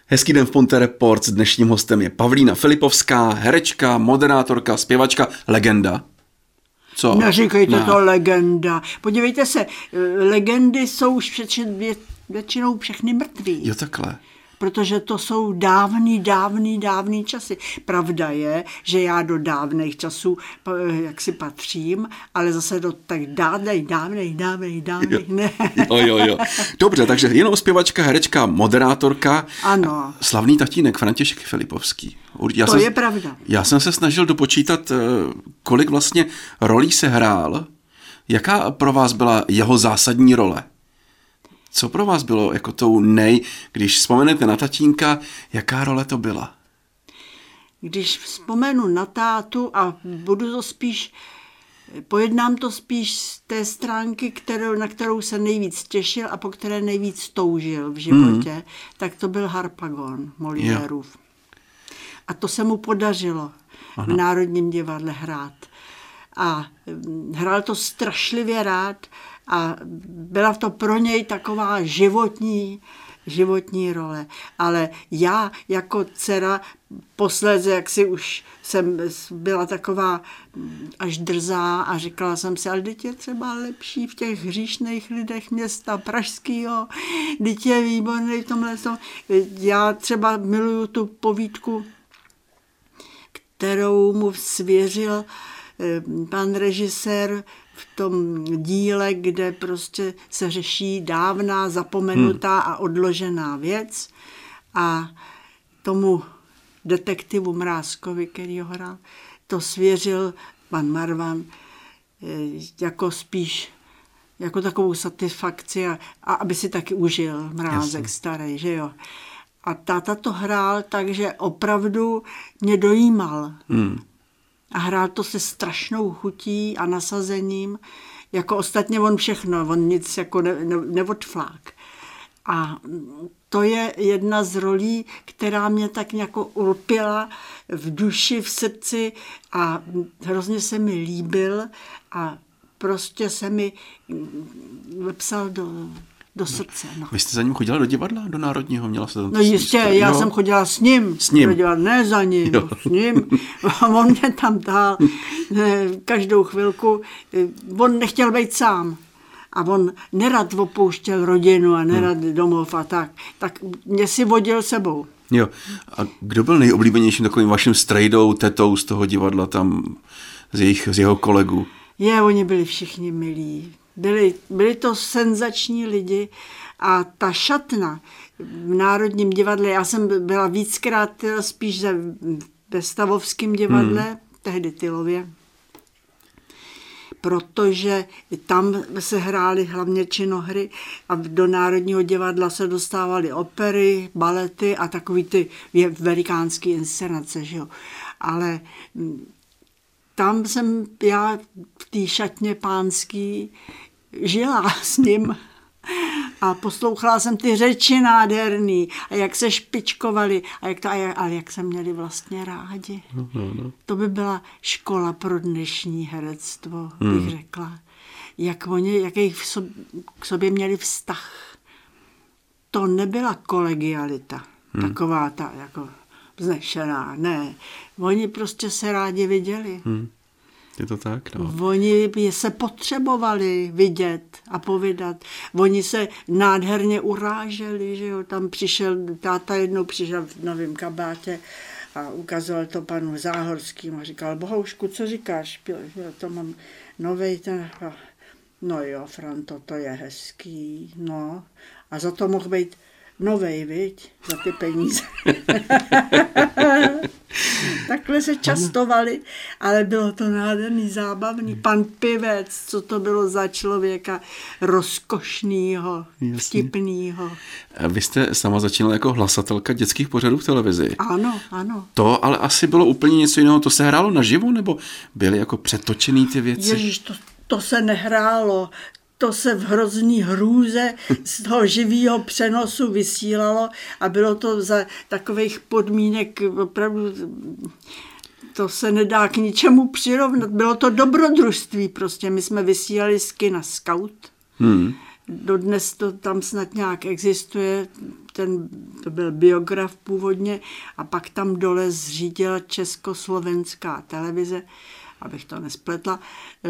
Hezký den v Ponte Reports. Dnešním hostem je Pavlína Filipovská, herečka, moderátorka, zpěvačka, legenda. Co? Neříkejte to legenda. Podívejte se, legendy jsou už většinou všechny mrtví. Jo, takhle. Protože to jsou dávný časy. Pravda je, že já do dávných časů jaksi patřím, ale zase do tak dávnej, ne. Jo. Dobře, takže jenom zpěvačka, herečka, moderátorka. Ano. Slavný tatínek František Filipovský. Je pravda. Já jsem se snažil dopočítat, kolik vlastně rolí se hrál. Jaká pro vás byla jeho zásadní role? Co pro vás bylo jako tou když vzpomenete na tatínka, jaká role to byla? Když vzpomenu na tátu a pojednám to spíš z té stránky, na kterou se nejvíc těšil a po které nejvíc toužil v životě, tak to byl Harpagon Moliérův. A to se mu podařilo v Národním divadle hrát. A hrál to strašlivě rád a byla to pro něj taková životní role. Ale já jako dcera posléze, jak si už jsem byla taková až drzá a říkala jsem si, ale teď je třeba lepší v těch hříšných lidech města pražského, teď je výborný v tomhle. Já třeba miluju tu povídku, kterou mu svěřil pan režisér v tom díle, kde prostě se řeší dávná, zapomenutá a odložená věc a tomu detektivu Mrázkovi, který ho hrál, to svěřil pan Marvan jako takovou satisfakci a aby si taky užil Mrázek starý, že jo. A táta to hrál tak, že opravdu mě dojímal. A hrál to se strašnou chutí a nasazením, jako ostatně on všechno, on nic jako neodflák. A to je jedna z rolí, která mě tak nějak ulpěla v duši, v srdci a hrozně se mi líbil a prostě se mi vepsal do srdce. No. Vy jste za ním chodila do divadla, do Národního? Měla se tam... No jistě, já jsem chodila s ním. Do divadla, ne za ním, s ním. On mě tam dal každou chvilku. On nechtěl být sám. A on nerad opouštěl rodinu a nerad domov a tak. Tak mě si vodil sebou. Jo. A kdo byl nejoblíbenějším takovým vaším strejdou, tetou z toho divadla tam, z jeho kolegů? Oni byli všichni milí. Byli to senzační lidi a ta šatna v Národním divadle, já jsem byla víckrát spíš ve Stavovském divadle, tehdy Tylově, protože tam se hrály hlavně činohry a do Národního divadla se dostávaly opery, balety a takový ty velikánský inscenace, že jo. Ale tam jsem já v té šatně pánský žila s ním a poslouchala jsem ty řeči nádherný a jak se špičkovali a jak se měli vlastně rádi. To by byla škola pro dnešní herectvo, bych řekla. Jaký k sobě měli vztah. To nebyla kolegialita, taková ta jako vznešená, ne. Oni prostě se rádi viděli. Je to tak, no. Oni se potřebovali vidět a povídat. Oni se nádherně uráželi, že jo. Tam táta jednou přišel v novém kabátě a ukazoval to panu Záhorskému a říkal, Bohoušku, co říkáš? To mám novej ten... No jo, Franto, to je hezký, no. A za to mohl být novej, viď? Za ty peníze. Takhle se častovali, ale bylo to nádherný, zábavný. Pan Pivec, co to bylo za člověka rozkošnýho, vtipnýho. Vy jste sama začínala jako hlasatelka dětských pořadů v televizi. Ano. To ale asi bylo úplně něco jiného. To se hrálo naživo, nebo byly jako přetočený ty věci? Ježiš, to se nehrálo. To se v hrozný hrůze z toho živého přenosu vysílalo a bylo to za takových podmínek opravdu, to se nedá k ničemu přirovnat. Bylo to dobrodružství prostě. My jsme vysílali z kina Scout dodnes to tam snad nějak existuje, to byl biograf původně a pak tam dole zřídila Československá televize, abych to nespletla,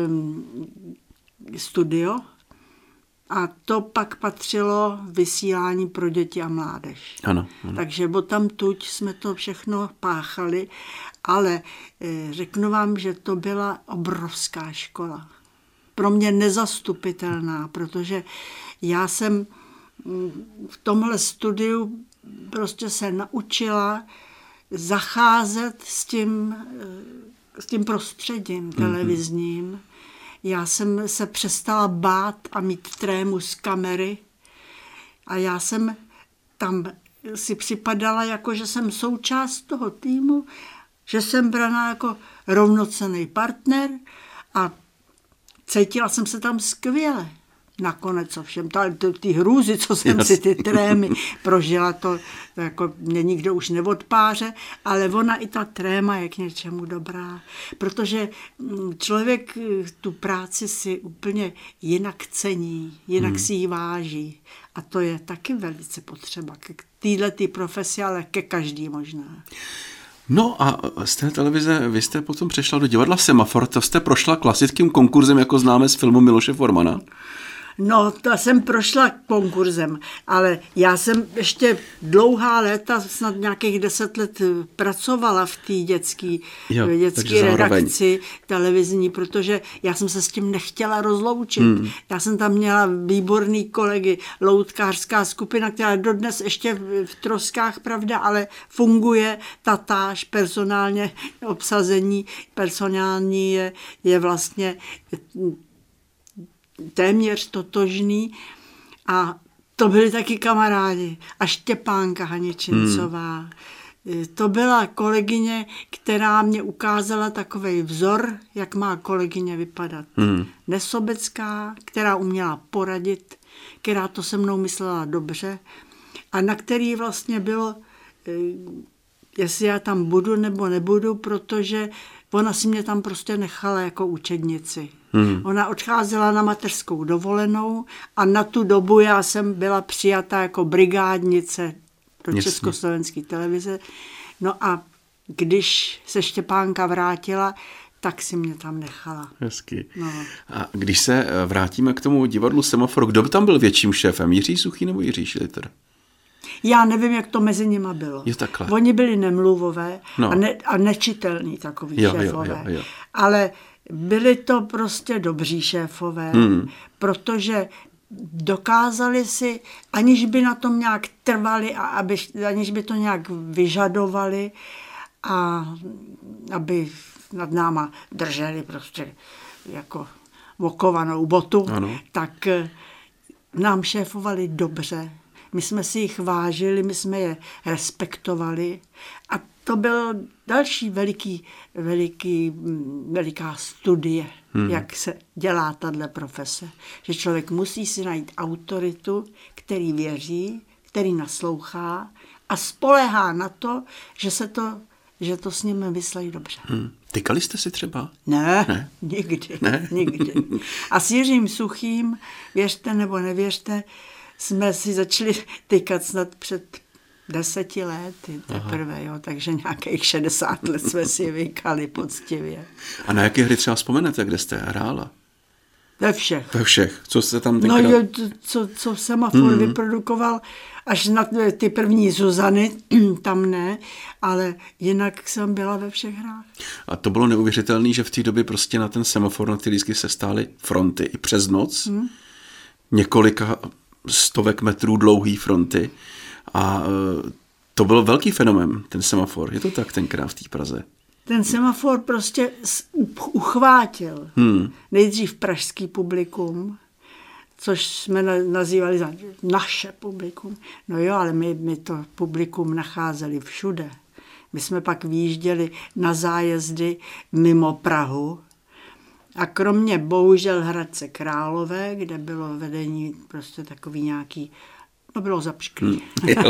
studio a to pak patřilo vysílání pro děti a mládež. Ano. Takže odtamtud jsme to všechno páchali, ale řeknu vám, že to byla obrovská škola. Pro mě nezastupitelná, protože já jsem v tomhle studiu prostě se naučila zacházet s tím prostředím televizním. Já jsem se přestala bát a mít trému z kamery a já jsem tam si připadala, jako že jsem součást toho týmu, že jsem braná jako rovnocenný partner a cítila jsem se tam skvěle. Nakonec ovšem, ty hrůzy, co jsem si ty trémy prožila, to jako mě nikdo už neodpáře, ale ona i ta tréma je k něčemu dobrá, protože člověk tu práci si úplně jinak cení, jinak si ji váží a to je taky velice potřeba k této profesi, ale ke každý možná. No a z té televize vy jste potom přešla do divadla Semafor, to jste prošla klasickým konkurzem, jako známe z filmu Miloše Formana. No, to jsem prošla konkurzem, ale já jsem ještě dlouhá léta, snad nějakých 10 let pracovala v té dětské redakci televizní, protože já jsem se s tím nechtěla rozloučit. Já jsem tam měla výborný kolegy, loutkářská skupina, která dodnes ještě v troskách, pravda, ale funguje tatáž, personálně obsazení, personální je vlastně téměř totožný a to byli taky kamarádi. A Štěpánka Haničincová. To byla kolegyně, která mě ukázala takovej vzor, jak má kolegyně vypadat. Nesobecká, která uměla poradit, která to se mnou myslela dobře a na který vlastně bylo, jestli já tam budu nebo nebudu, protože ona si mě tam prostě nechala jako učednici. Ona odcházela na mateřskou dovolenou a na tu dobu já jsem byla přijata jako brigádnice do Československé televize. No a když se Štěpánka vrátila, tak si mě tam nechala. Hezky. No. A když se vrátíme k tomu divadlu Semafor, kdo by tam byl větším šéfem? Jiří Suchý nebo Jiří Šliter? Já nevím, jak to mezi nima bylo. Je takhle. Oni byli nemluvové a nečitelní takový šéfové. Jo. Ale byli to prostě dobří šéfové, protože dokázali si, aniž by na tom nějak trvali a aniž by to nějak vyžadovali a aby nad náma drželi prostě jako okovanou botu, tak nám šéfovali dobře. My jsme si jich vážili, my jsme je respektovali a to byl další veliká studie, jak se dělá tato profese. Že člověk musí si najít autoritu, který věří, který naslouchá a spoléhá na to, že to s ním myslejí dobře. Tykali jste si třeba? Ne? Nikdy. A s Jiřím Suchým, věřte nebo nevěřte, jsme si začali tykat snad před 10 lety teprve, takže nějakých 60 let jsme si vykali poctivě. A na jaké hry třeba vzpomenete, kde jste hrála? Ve všech. Ve všech. Co jste tam tenkrát? No co Semafor vyprodukoval, až na ty první Zuzany, tam ne, ale jinak jsem byla ve všech hrách. A to bylo neuvěřitelné, že v té době prostě na ten Semafor, na ty lístky se stály fronty i přes noc. Několika stovek metrů dlouhý fronty. A to byl velký fenomén, ten Semafor. Je to tak tenkrát v té Praze? Ten Semafor prostě uchvátil. Nejdřív pražský publikum, což jsme nazývali za naše publikum. No jo, ale my to publikum nacházeli všude. My jsme pak vyjížděli na zájezdy mimo Prahu. A kromě bohužel Hradce Králové, kde bylo vedení prostě takový nějaký, bylo zapšklý.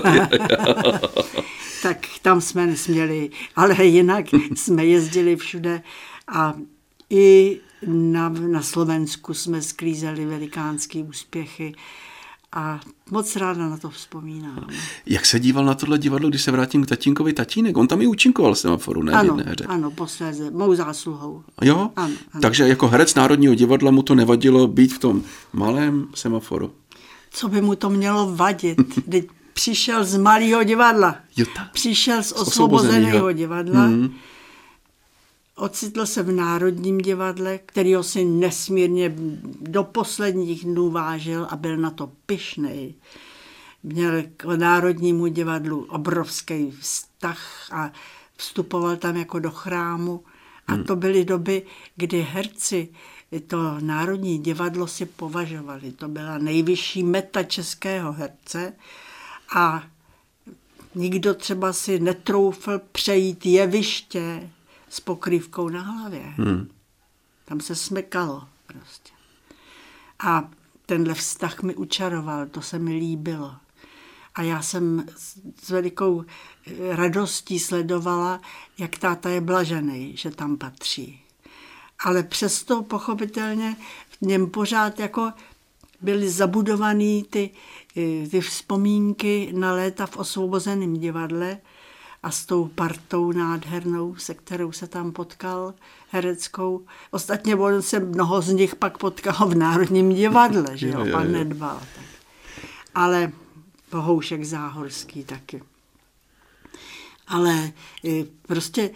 Tak tam jsme nesměli, ale jinak jsme jezdili všude a i Na Slovensku jsme sklízeli velikánské úspěchy a moc ráda na to vzpomínám. Jak se díval na tohle divadlo, když se vrátím k tatínkovi tatínek? On tam i účinkoval Semaforu, ne? Ano, posléze, mou zásluhou. Jo? Ano. Takže jako herec Národního divadla mu to nevadilo být v tom malém Semaforu? Co by mu to mělo vadit? Teď přišel z malého divadla. Přišel z osvobozeného divadla. Ocitl se v Národním divadle, kterýho si nesmírně do posledních dnů vážil a byl na to pyšnej. Měl k Národnímu divadlu obrovský vztah a vstupoval tam jako do chrámu. A to byly doby, kdy herci to Národní divadlo si považovali. To byla nejvyšší meta českého herce a nikdo třeba si netroufl přejít jeviště s pokrývkou na hlavě. Tam se smykalo prostě. A tenhle vztah mi učaroval, to se mi líbilo. A já jsem s velikou radostí sledovala, jak táta je blažený, že tam patří. Ale přesto pochopitelně v něm pořád jako byly zabudované ty vzpomínky na léta v osvobozeném divadle a s tou partou nádhernou, se kterou se tam potkal, hereckou. Ostatně on se mnoho z nich pak potkal v Národním divadle, že jo, pan Nedbal. Tak. Ale Bohoušek Záhorský taky. Ale prostě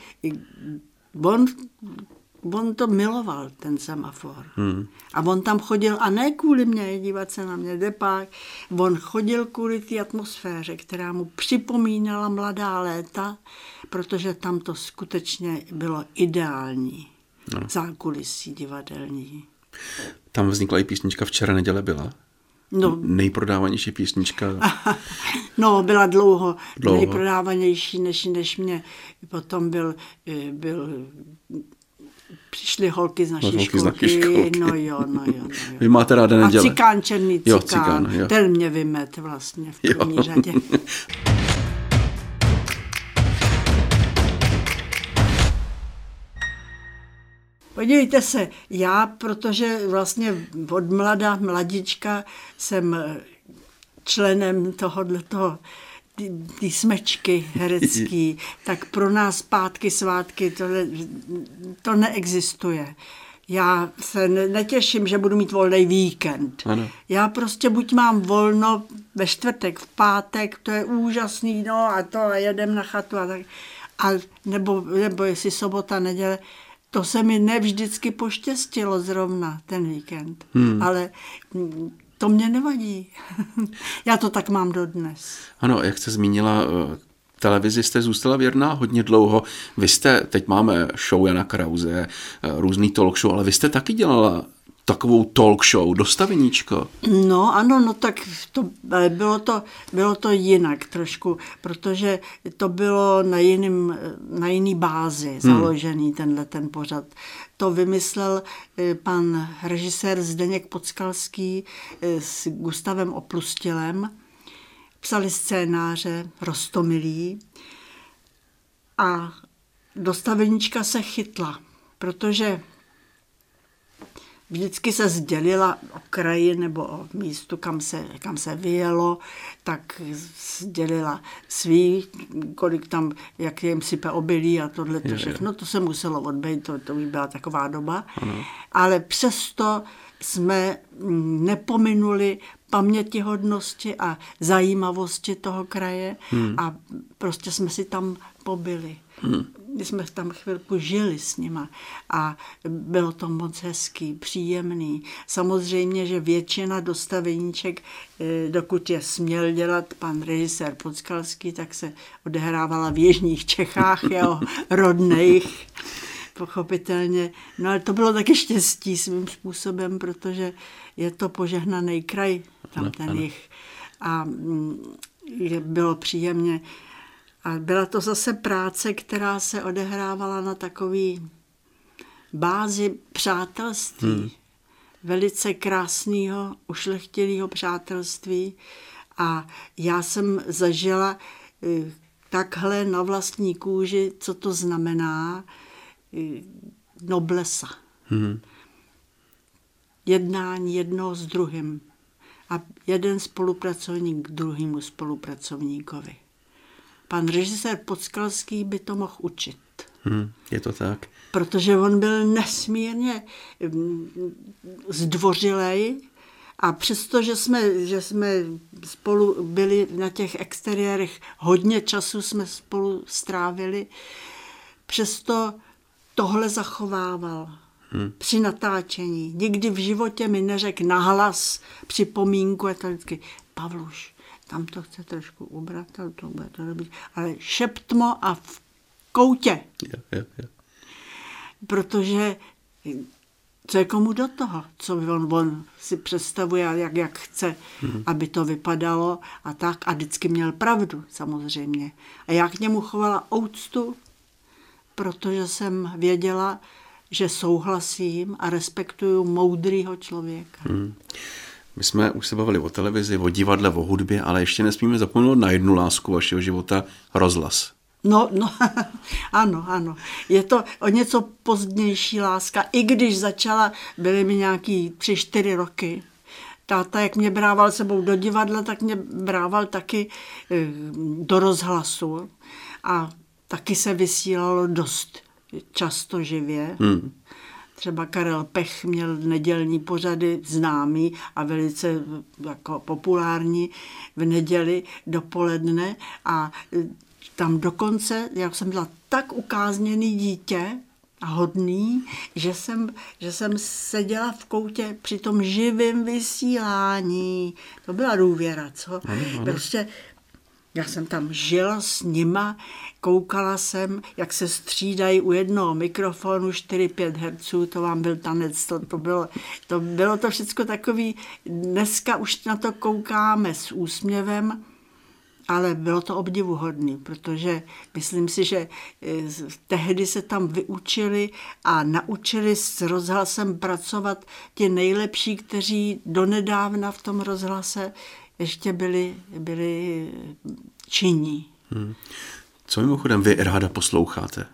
on to miloval, ten Semafor. A on tam chodil, a ne kvůli mě, dívat se na mě, depák, on chodil kvůli té atmosféře, která mu připomínala mladá léta, protože tam to skutečně bylo ideální. Zákulisí divadelní. Tam vznikla i písnička Včera neděle byla. No. Nejprodávanější písnička. No, byla dlouho. Nejprodávanější než mě. Potom přišly holky z naší školky. No jo. Vy máte ráda neděle. A Cikán, Černý Cikán. Ten mě vymet vlastně v první řadě. Podívejte se, já, protože vlastně od mladička jsem členem tohoto ty smečky herecký, tak pro nás pátky, svátky, to neexistuje. Já se netěším, že budu mít volný víkend. Ano. Já prostě buď mám volno ve čtvrtek, v pátek, to je úžasný, no a to a jedem na chatu a tak. Nebo jestli sobota, neděle, to se mi nevždycky poštěstilo zrovna ten víkend, ale to mě nevadí. Já to tak mám dodnes. Ano, jak jste zmínila, televizi jste zůstala věrná hodně dlouho. Vy jste, teď máme show Jana Krause, různý talk show, ale vy jste taky dělala takovou talk show, Dostaveníčko. No ano, no tak bylo to jinak trošku, protože to bylo na jiný bázi založený ten pořad. To vymyslel pan režisér Zdeněk Podskalský s Gustavem Oplustilem. Psali scénáře Roztomilí a Dostaveníčka se chytla, protože vždycky se sdělila o kraji nebo o místu, kam se vyjelo, tak sdělila svý, kolik tam, jak jim sype obilí a tohle všechno, to se muselo odbejt, to by byla taková doba. Ano. Ale přesto jsme nepominuli pamětihodnosti a zajímavosti toho kraje a prostě jsme si tam pobyli. My jsme tam chvilku žili s nima a bylo to moc hezký, příjemný. Samozřejmě, že většina Dostaveníček, dokud je směl dělat pan režisér Podskalský, tak se odehrávala v jižních Čechách, jeho rodných, pochopitelně. No ale to bylo taky štěstí svým způsobem, protože je to požehnaný kraj, tam ten jih. A bylo příjemně. A byla to zase práce, která se odehrávala na takový bázi přátelství. Velice krásného, ušlechtilého přátelství. A já jsem zažila takhle na vlastní kůži, co to znamená noblesa. jednání jednoho s druhým. A jeden spolupracovník k druhému spolupracovníkovi. Pan režisér Podskalský by to mohl učit. Je to tak. Protože on byl nesmírně zdvořilej a přesto, že jsme spolu byli na těch exteriérech, hodně času jsme spolu strávili, přesto tohle zachovával při natáčení. Nikdy v životě mi neřekl nahlas připomínku, je to vždycky Pavluš, tam to chce trošku ubrat, to bude to dobrý, ale šeptmo a v koutě. Jo. Protože co je komu do toho, co on si představuje, jak chce, aby to vypadalo a tak. A vždycky měl pravdu, samozřejmě. A já k němu chovala úctu, protože jsem věděla, že souhlasím a respektuju moudrýho člověka. My jsme už se bavili o televizi, o divadle, o hudbě, ale ještě nesmíme zapomenout na jednu lásku vašeho života, rozhlas. No, ano. Je to o něco pozdější láska, i když začala, byly mi nějaký 3-4 roky. Táta, jak mě brával sebou do divadla, tak mě brával taky do rozhlasu. A taky se vysílalo dost často živě. Třeba Karel Pech měl nedělní pořady známý a velice jako populární v neděli dopoledne a tam dokonce, já jsem byla tak ukázněný dítě a hodný, že jsem seděla v koutě při tom živém vysílání. To byla důvěra, co? Prostě já jsem tam žila s nima, koukala jsem, jak se střídají u jednoho mikrofonu 4-5 herců, to vám byl tanec, to bylo to všechno takový, dneska už na to koukáme s úsměvem, ale bylo to obdivuhodný, protože myslím si, že tehdy se tam vyučili a naučili s rozhlasem pracovat ti nejlepší, kteří donedávna v tom rozhlase ještě byli činní. Co mimochodem vy ráda posloucháte?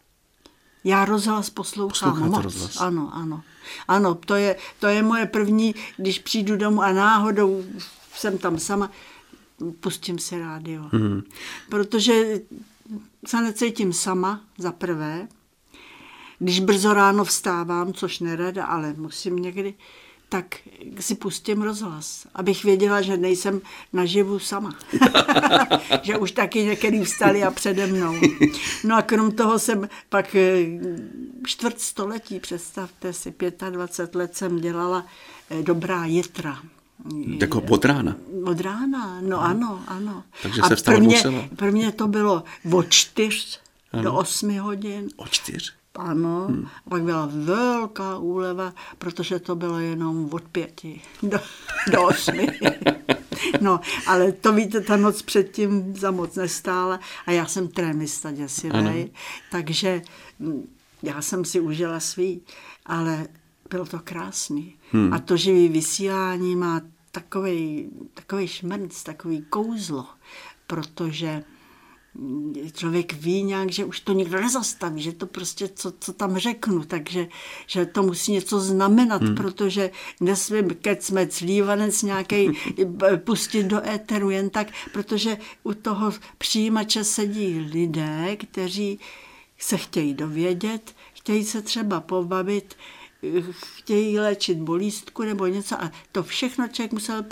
Já rozhlas poslouchám moc. Rozhlas? Ano, to je moje první, když přijdu domů a náhodou jsem tam sama, pustím si rádio. Protože se necítím sama, za prvé. Když brzo ráno vstávám, což nerada, ale musím někdy, tak si pustím rozhlas, abych věděla, že nejsem naživu sama. Že už taky některý vstali a přede mnou. No a krom toho jsem pak čtvrtstoletí, představte si, 25 let jsem dělala Dobrá jitra. Jako od rána? Od rána, no ano. Takže se vstávat musela? Pro mě to bylo od 4 do 8 hodin. Od 4? Ano, a pak byla velká úleva, protože to bylo jenom od 5 do 8. No, ale to víte, ta noc předtím za moc nestála a já jsem trémista děsivej, takže já jsem si užila svý, ale bylo to krásný. A to živý vysílání má takový šmrnc, takový kouzlo, protože člověk ví nějak, že už to nikdo nezastaví, že to prostě, co tam řeknu, takže že to musí něco znamenat, protože nesmím kecmec, lívanec nějaký pustit do éteru jen tak, protože u toho přijímače sedí lidé, kteří se chtějí dovědět, chtějí se třeba pobavit, chtějí léčit bolístku nebo něco a to všechno člověk musel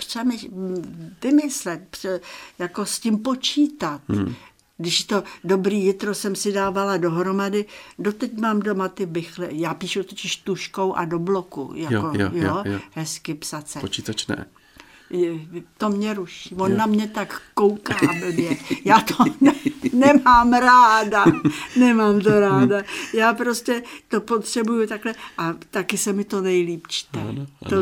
vymyslet, jako s tím počítat. Když to Dobrý jitro jsem si dávala dohromady, doteď mám doma ty bychle, já píšu totiž tuškou a do bloku, jako, jo. Hezky psace. Počítač ne. To mě ruší, on na mě tak kouká blbě, já to nemám ráda, já prostě to potřebuju takhle a taky se mi to nejlíp čte. Ano.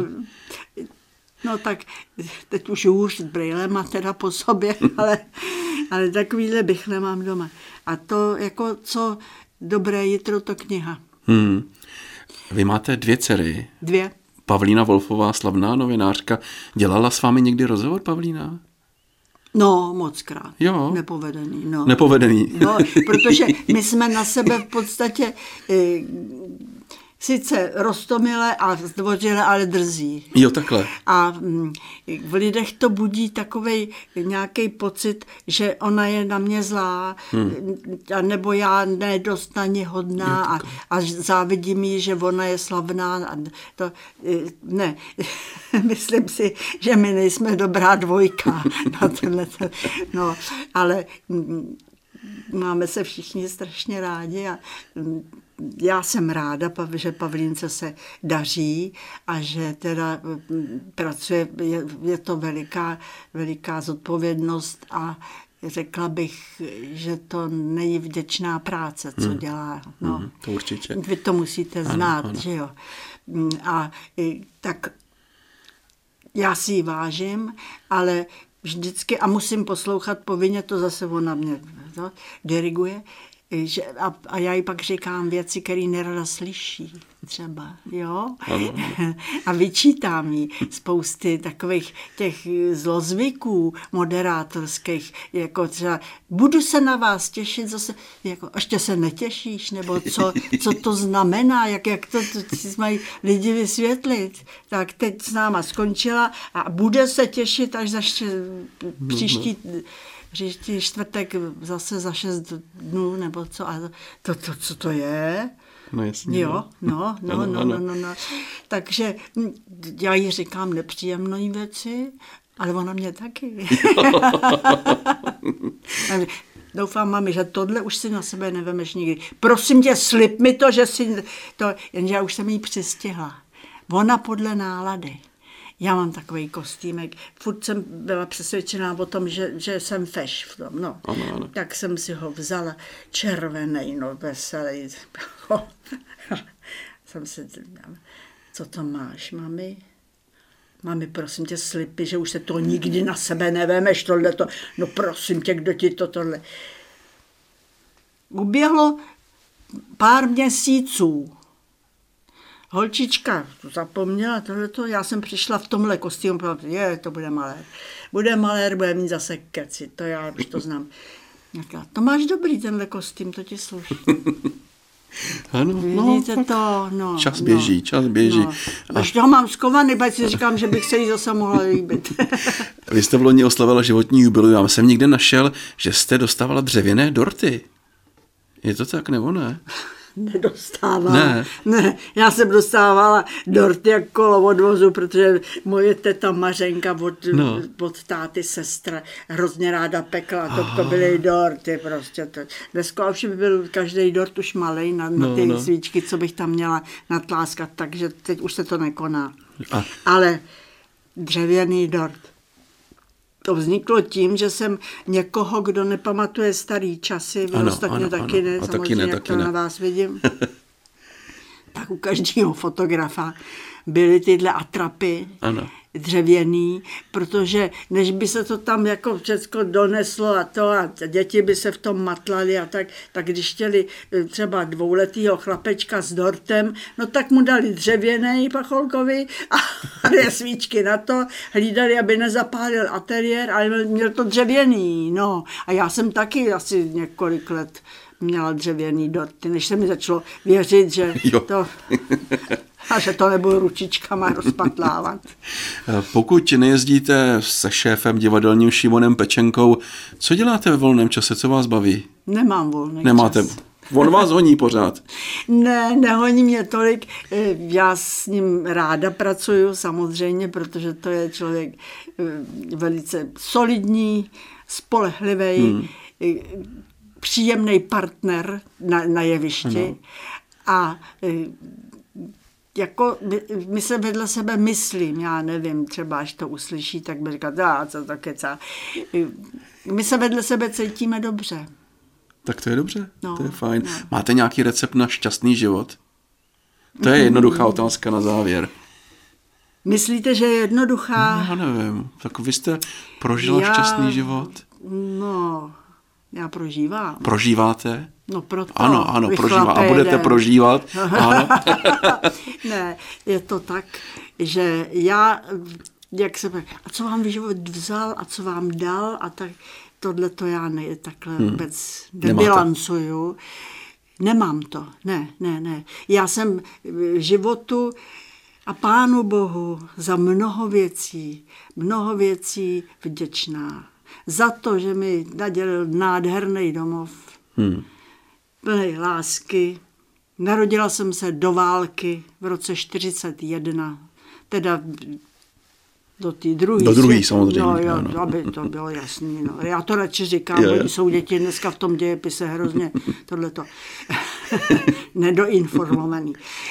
No tak teď už hůř s brýlema teda po sobě, ale takovýhle bychle mám doma. A to jako co Dobré jitro, to kniha. Vy máte 2 dcery. 2. Pavlína Wolfová, slavná novinářka. Dělala s vámi někdy rozhovor, Pavlína? No, mockrát. Jo. Nepovedený. No. Nepovedený. No, protože my jsme na sebe v podstatě sice roztomilé a zdvořilé, ale drzí. Jo, takhle. A v lidech to budí takovej nějaký pocit, že ona je na mě zlá, nebo já nedost na ní hodná a závidím jí, že ona je slavná. A to, ne, myslím si, že my nejsme dobrá dvojka na tenhle. No, ale máme se všichni strašně rádi a já jsem ráda, že Pavlínce se daří a že teda pracuje, je to veliká zodpovědnost a řekla bych, že to není vděčná práce, co dělá. No. To určitě. Vy to musíte znát, ano. že jo. A tak já si ji vážím, ale vždycky, a musím poslouchat povinně, to zase ona mě diriguje, a já jí pak říkám věci, které nerada slyší třeba, jo? Ano. A vyčítám jí spousty takových těch zlozvyků moderátorských, jako třeba budu se na vás těšit zase, jako ještě se netěšíš, nebo co to znamená, jak to mají lidi vysvětlit. Tak teď s náma skončila a bude se těšit až za příští čtvrtek zase za 6 dnů, nebo co, a co to je? No jasně. Jo, no. Takže já jí říkám nepříjemné věci, ale ona mě taky. Doufám, mami, že tohle už si na sebe nevemeš nikdy. Prosím tě, slib mi to, že si to, jenže já už jsem jí přistihla. Ona podle nálady. Já mám takový kostýmek. Furt jsem byla přesvědčená o tom, že jsem feš v tom. No. Ano. Tak jsem si ho vzala červený, veselý. Jsem si co to máš, mami? Mami, prosím tě, slipy, že už se to nikdy na sebe nevemeš, tohleto. No prosím tě, kdo ti tohle? Uběhlo pár měsíců. Holčička zapomněla tohleto, já jsem přišla v tomhle kostýmu, to bude malér. Bude malér, bude mít zase keci, to já už to znám. To máš dobrý tenhle kostým, to ti sluší. Ano, vidíte to, no. Čas běží. No. Až toho mám skovaný, bať si říkám, že bych se jí zase mohla líbit. Vy jste v loni oslavila životní jubileum, já jsem někde našel, že jste dostávala dřevěné dorty. Je to tak, nebo ne? Nedostávala. Ne, já jsem dostávala dorty jak kolo od vozu, protože moje teta Mařenka od táty sestra hrozně ráda pekla, to byly dorty prostě. Dneska už by byl každý dort už malej na ty svíčky, co bych tam měla natláskat, takže teď už se to nekoná. Ale dřevěný dort. To vzniklo tím, že jsem někoho, kdo nepamatuje starý časy, vy ostatně taky ne, samozřejmě, jak to na vás vidím, tak u každého fotografa byly tyhle atrapy dřevěný, protože než by se to tam jako všechno doneslo a děti by se v tom matlali a tak když chtěli třeba 2letýho chlapečka s dortem, no tak mu dali dřevěnej pacholkovi a 2 svíčky na to, hlídali, aby nezapálil ateliér, ale měl to dřevěný, no. A já jsem taky asi několik let měla dřevěný dorty, než se mi začalo věřit, že to... A že to nebudu ručičkama rozpatlávat. Pokud nejezdíte se šéfem divadelním Šimonem Pečenkou, co děláte ve volném čase, co vás baví? Nemám volný čas. On vás honí pořád. Ne, nehoní mě tolik. Já s ním ráda pracuju samozřejmě, protože to je člověk velice solidní, spolehlivý, příjemný partner na jevišti. A jako my se vedle sebe myslím, já nevím, třeba až to uslyší, tak by říkat, co to kecá. My se vedle sebe cítíme dobře. Tak to je dobře, to je fajn. No. Máte nějaký recept na šťastný život? To je jednoduchá otázka na závěr. Myslíte, že je jednoduchá? Já nevím, tak vy jste prožila šťastný život? No, já prožívám. Prožíváte? No proto. Ano, prožívá. A budete prožívat? Ano. Ne, je to tak, že já, a co vám život vzal a co vám dal a tak, tohle to já takhle vůbec nebilancuju. Nemám to, ne. Já jsem životu a Pánu Bohu za mnoho věcí vděčná. Za to, že mi nadělil nádherný domov, plný lásky. Narodila jsem se do války v roce 1941, teda do té druhé. Do druhé samozřejmě. No, jo, aby to bylo jasný. No. Já to radši říkám, oni jsou děti dneska v tom dějepise hrozně tohleto nedoinformovaný.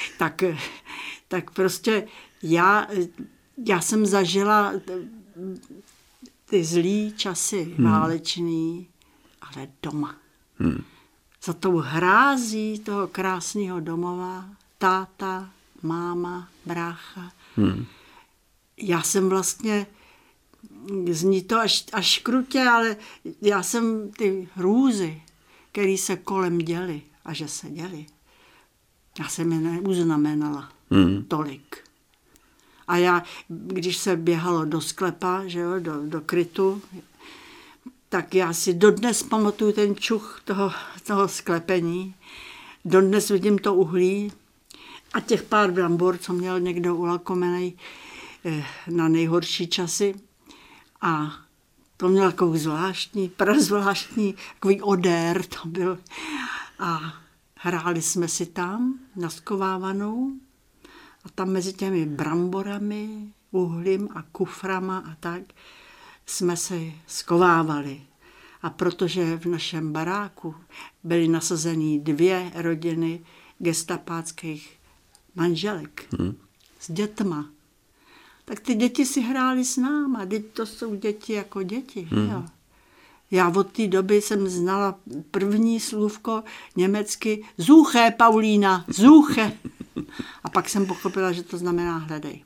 Tak prostě já jsem zažila ty zlý časy válečný, ale doma. Za tou hrází toho krásného domova, táta, máma, brácha. Já jsem vlastně, zní to až krutě, ale já jsem ty hrůzy, které se kolem děly a že se děly, já jsem je neuznamenala tolik. A já, když se běhalo do sklepa, že jo, do krytu, tak já si dodnes pamatuju ten čuch toho sklepení, dodnes vidím to uhlí a těch pár brambor, co měl někdo ulakomenej na nejhorší časy. A to měl takový zvláštní, prazvláštní, takový odér to byl. A hráli jsme si tam naskovávanou a tam mezi těmi bramborami, uhlím a kuframa a tak jsme se skovávali. A protože v našem baráku byly nasazeny 2 rodiny gestapáckých manželek s dětma, tak ty děti si hrály s náma. Teď to jsou děti jako děti. Jo. Já od té doby jsem znala první slůvko německy Suche, Paulína, Suche. A pak jsem pochopila, že to znamená hledej.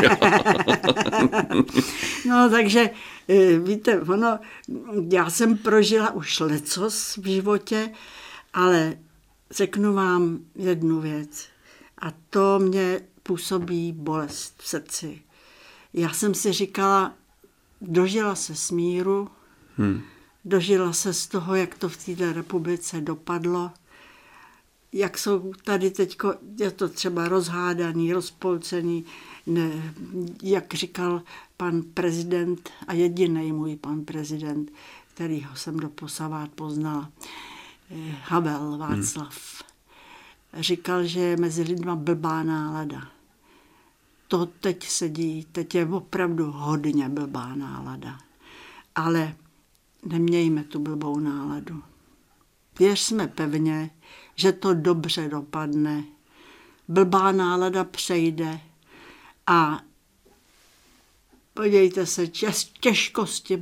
No, takže víte, já jsem prožila už lecos v životě, ale řeknu vám jednu věc. A to mě působí bolest v srdci. Já jsem si říkala, dožila se smíru, dožila se z toho, jak to v této republice dopadlo, jak jsou tady teďko, je to třeba rozhádaný, rozpolcený, ne, jak říkal pan prezident a jediný můj pan prezident, kterýho jsem doposavad poznala, Havel Václav, říkal, že je mezi lidma blbá nálada. To teď sedí, teď je opravdu hodně blbá nálada. Ale nemějme tu blbou náladu. Věřme pevně, že to dobře dopadne. Blbá nálada přejde a podívejte se, těžkosti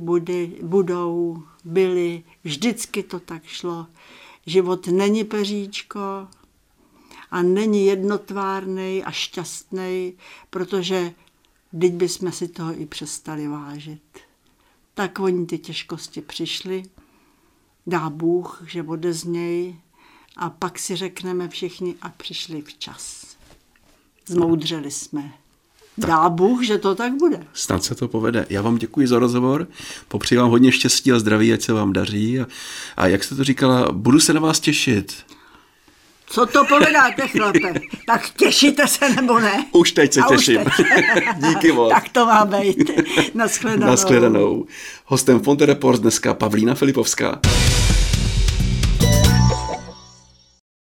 byly, vždycky to tak šlo. Život není peříčko a není jednotvárnej a šťastnej, protože teď bychom si toho i přestali vážit. Tak oni ty těžkosti přišly, dá Bůh, že odezněj, a pak si řekneme všichni a přišli včas. Zmoudřeli jsme. Dá Bůh, že to tak bude. Snad se to povede. Já vám děkuji za rozhovor, popřeji vám hodně štěstí a zdraví, ať se vám daří. A jak jste to říkala, budu se na vás těšit. Co to povedáte, chlape? Tak těšíte se nebo ne? Už teď se těším. Díky moc. Tak to má být. Naschledanou. Naschledanou. Hostem Fonte Reports dneska Pavlína Filipovská.